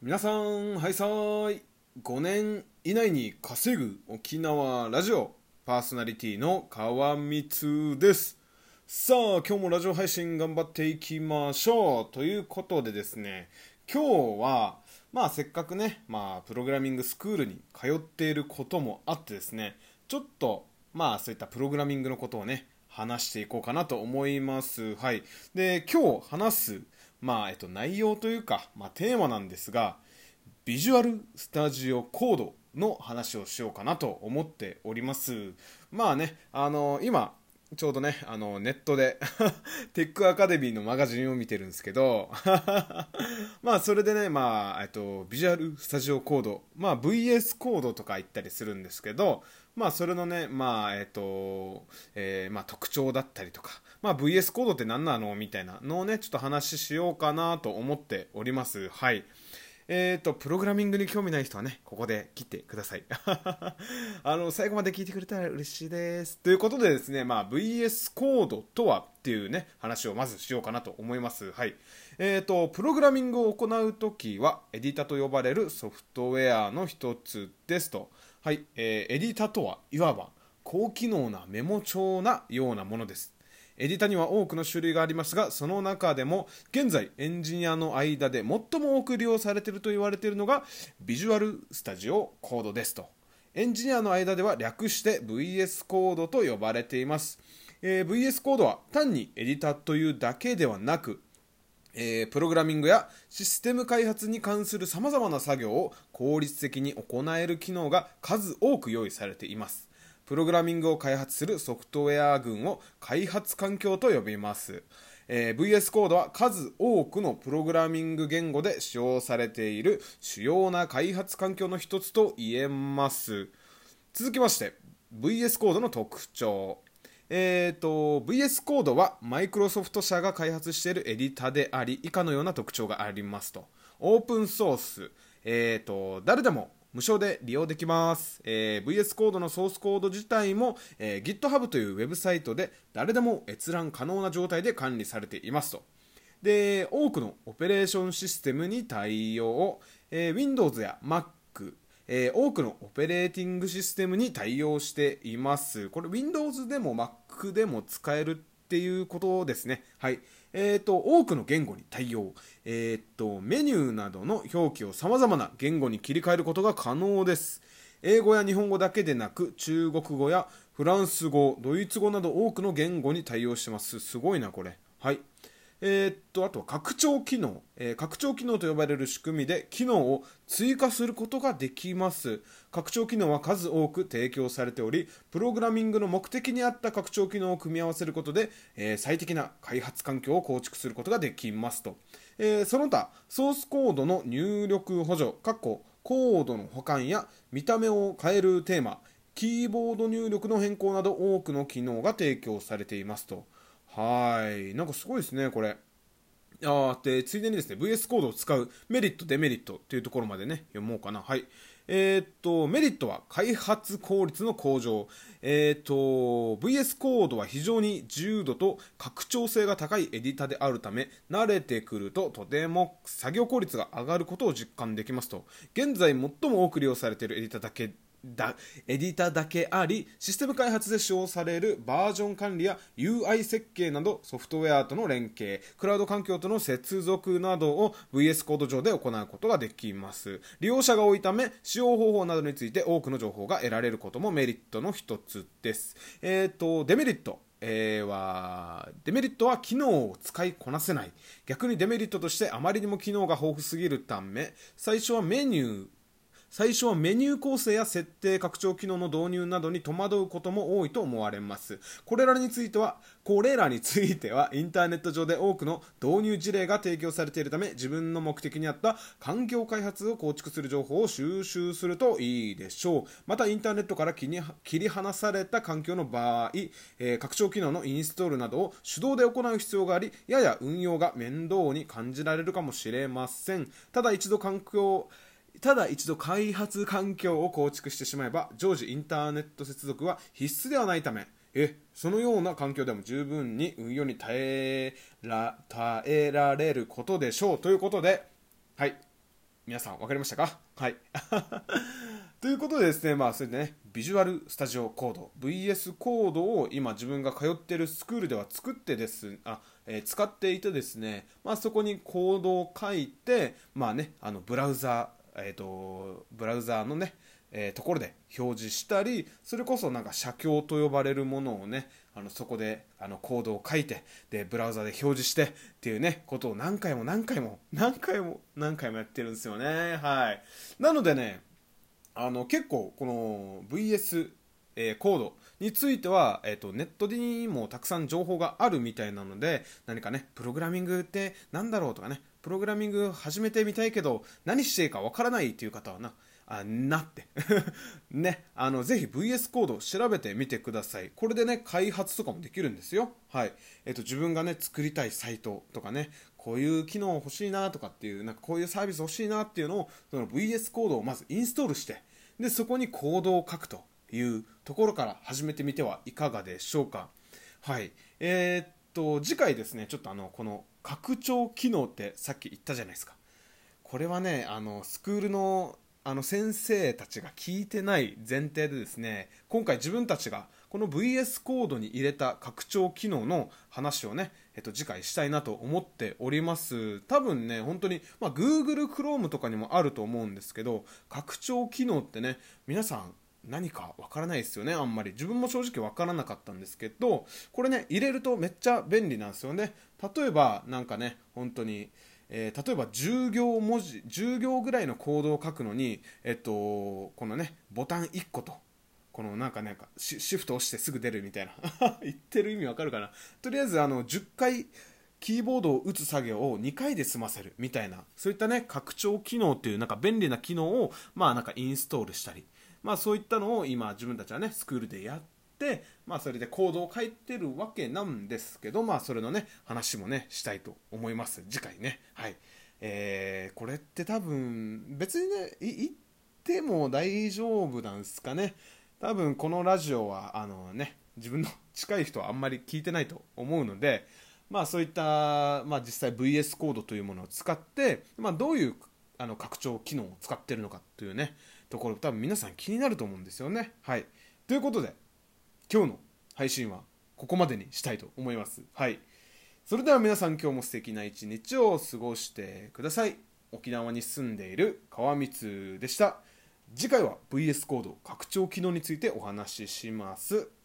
皆さん、はいさーい。5年以内に稼ぐ沖縄ラジオパーソナリティの川光です。さあ、今日もラジオ配信頑張っていきましょう。ということでですね、今日は、せっかくね、プログラミングスクールに通っていることもあってですね、ちょっと、そういったプログラミングのことをね、話していこうかなと思います。はい。で、今日話す内容というか、テーマなんですが、ビジュアルスタジオコードの話をしようかなと思っております。今、ちょうどね、ネットでテックアカデミーのマガジンを見てるんですけどそれでね、ビジュアルスタジオコード、VS コードとか言ったりするんですけど、それのね、特徴だったりとか、VS コードって何なのみたいなのをね、ちょっと話しようかなと思っております。はい。プログラミングに興味ない人はね、ここで切ってください。最後まで聞いてくれたら嬉しいです。ということでですね、VS コードとはっていうね、話をまずしようかなと思います。はい。プログラミングを行うときは、エディタと呼ばれるソフトウェアの一つですと。はい。エディタとはいわば、高機能なメモ帳なようなものです。エディタには多くの種類がありますが、その中でも現在エンジニアの間で最も多く利用されていると言われているのがビジュアルスタジオコードですと。エンジニアの間では略して VS コードと呼ばれています。VS コードは単にエディタというだけではなく、プログラミングやシステム開発に関する様々な作業を効率的に行える機能が数多く用意されています。プログラミングを開発するソフトウェア群を開発環境と呼びます。VS コードは数多くのプログラミング言語で使用されている主要な開発環境の一つと言えます。続きまして VS コードの特徴。VS コードはマイクロソフト社が開発しているエディタであり、以下のような特徴がありますと。オープンソース、誰でも無償で利用できます。VS コードのソースコード自体も、GitHub というウェブサイトで誰でも閲覧可能な状態で管理されていますと。で、多くのオペレーションシステムに対応、Windows や Mac、多くのオペレーティングシステムに対応しています。これ Windows でも Mac でも使えるっていうことですね。はい。多くの言語に対応。メニューなどの表記を様々な言語に切り替えることが可能です。英語や日本語だけでなく、中国語やフランス語、ドイツ語など多くの言語に対応してます。すごいな、これ。はい。あとは拡張機能、拡張機能と呼ばれる仕組みで機能を追加することができます。拡張機能は数多く提供されており、プログラミングの目的に合った拡張機能を組み合わせることで、最適な開発環境を構築することができますと。その他、ソースコードの入力補助、コードの保管や見た目を変えるテーマ、キーボード入力の変更など多くの機能が提供されていますと。はい。なんかすごいですね、これ。で、ついでにですね、VS コードを使うメリット、デメリットっていうところまでね、読もうかな。はい。メリットは開発効率の向上。VS コードは非常に自由度と拡張性が高いエディタであるため、慣れてくるととても作業効率が上がることを実感できますと。現在最も多く利用されているエディタだけあり、システム開発で使用されるバージョン管理や UI 設計などソフトウェアとの連携、クラウド環境との接続などを VS コード上で行うことができます。利用者が多いため、使用方法などについて多くの情報が得られることもメリットの一つです。デメリット。デメリットは機能を使いこなせない。逆にデメリットとしてあまりにも機能が豊富すぎるため、最初はメニュー構成や設定拡張機能の導入などに戸惑うことも多いと思われます。これらについてはインターネット上で多くの導入事例が提供されているため、自分の目的に合った環境開発を構築する情報を収集するといいでしょう。またインターネットから切り離された環境の場合、拡張機能のインストールなどを手動で行う必要があり、やや運用が面倒に感じられるかもしれません。ただ一度開発環境を構築してしまえば、常時インターネット接続は必須ではないため、そのような環境でも十分に運用に耐えられることでしょうということで、はい。 皆さん分かりましたか？はい。ということでですね、それでね、ビジュアルスタジオコード、VS コードを今自分が通っているスクールでは作って使っていてですね、そこにコードを書いて、ブラウザのね、ところで表示したり、それこそなんか写経と呼ばれるものをね、そこでコードを書いて、でブラウザで表示してっていうねことを何回もやってるんですよね。はい。なのでね、結構この VS、コードについては、ネットにもたくさん情報があるみたいなので、何かねプログラミングってなんだろうとかね、プログラミング始めてみたいけど何していいかわからないっていう方はなってね、ぜひ VS コードを調べてみてください。これでね開発とかもできるんですよ。はい。自分がね作りたいサイトとかね、こういう機能欲しいなとかっていう、なんかこういうサービス欲しいなっていうのを、その VS コードをまずインストールして、でそこにコードを書くというところから始めてみてはいかがでしょうか。はい。次回ですね、ちょっとこの拡張機能ってさっき言ったじゃないですか。これはね、スクールの先生たちが聞いてない前提でですね、今回自分たちがこの VS コードに入れた拡張機能の話をね、次回したいなと思っております。多分ね、本当に、Google Chrome とかにもあると思うんですけど、拡張機能ってね、皆さん何かわからないですよね。あんまり自分も正直わからなかったんですけど、これね入れるとめっちゃ便利なんですよね。例えばなんかね、本当に例えば10行ぐらいのコードを書くのに、このねボタン1個と、このなんかシフト押してすぐ出るみたいな言ってる意味わかるかな。とりあえず10回キーボードを打つ作業を2回で済ませるみたいな、そういったね拡張機能っていうなんか便利な機能をなんかインストールしたり、そういったのを今自分たちはねスクールでやって、それでコードを書いてるわけなんですけど、それのね話もねしたいと思います、次回ね。はい。これって多分別にね言っても大丈夫なんですかね。多分このラジオは自分の近い人はあんまり聞いてないと思うので、そういった、実際 VS コードというものを使って、どういう拡張機能を使っているのかというねところ、多分皆さん気になると思うんですよね。はい。ということで今日の配信はここまでにしたいと思います。はい。それでは皆さん、今日も素敵な一日を過ごしてください。沖縄に住んでいる川光でした。次回は VS コード拡張機能についてお話しします。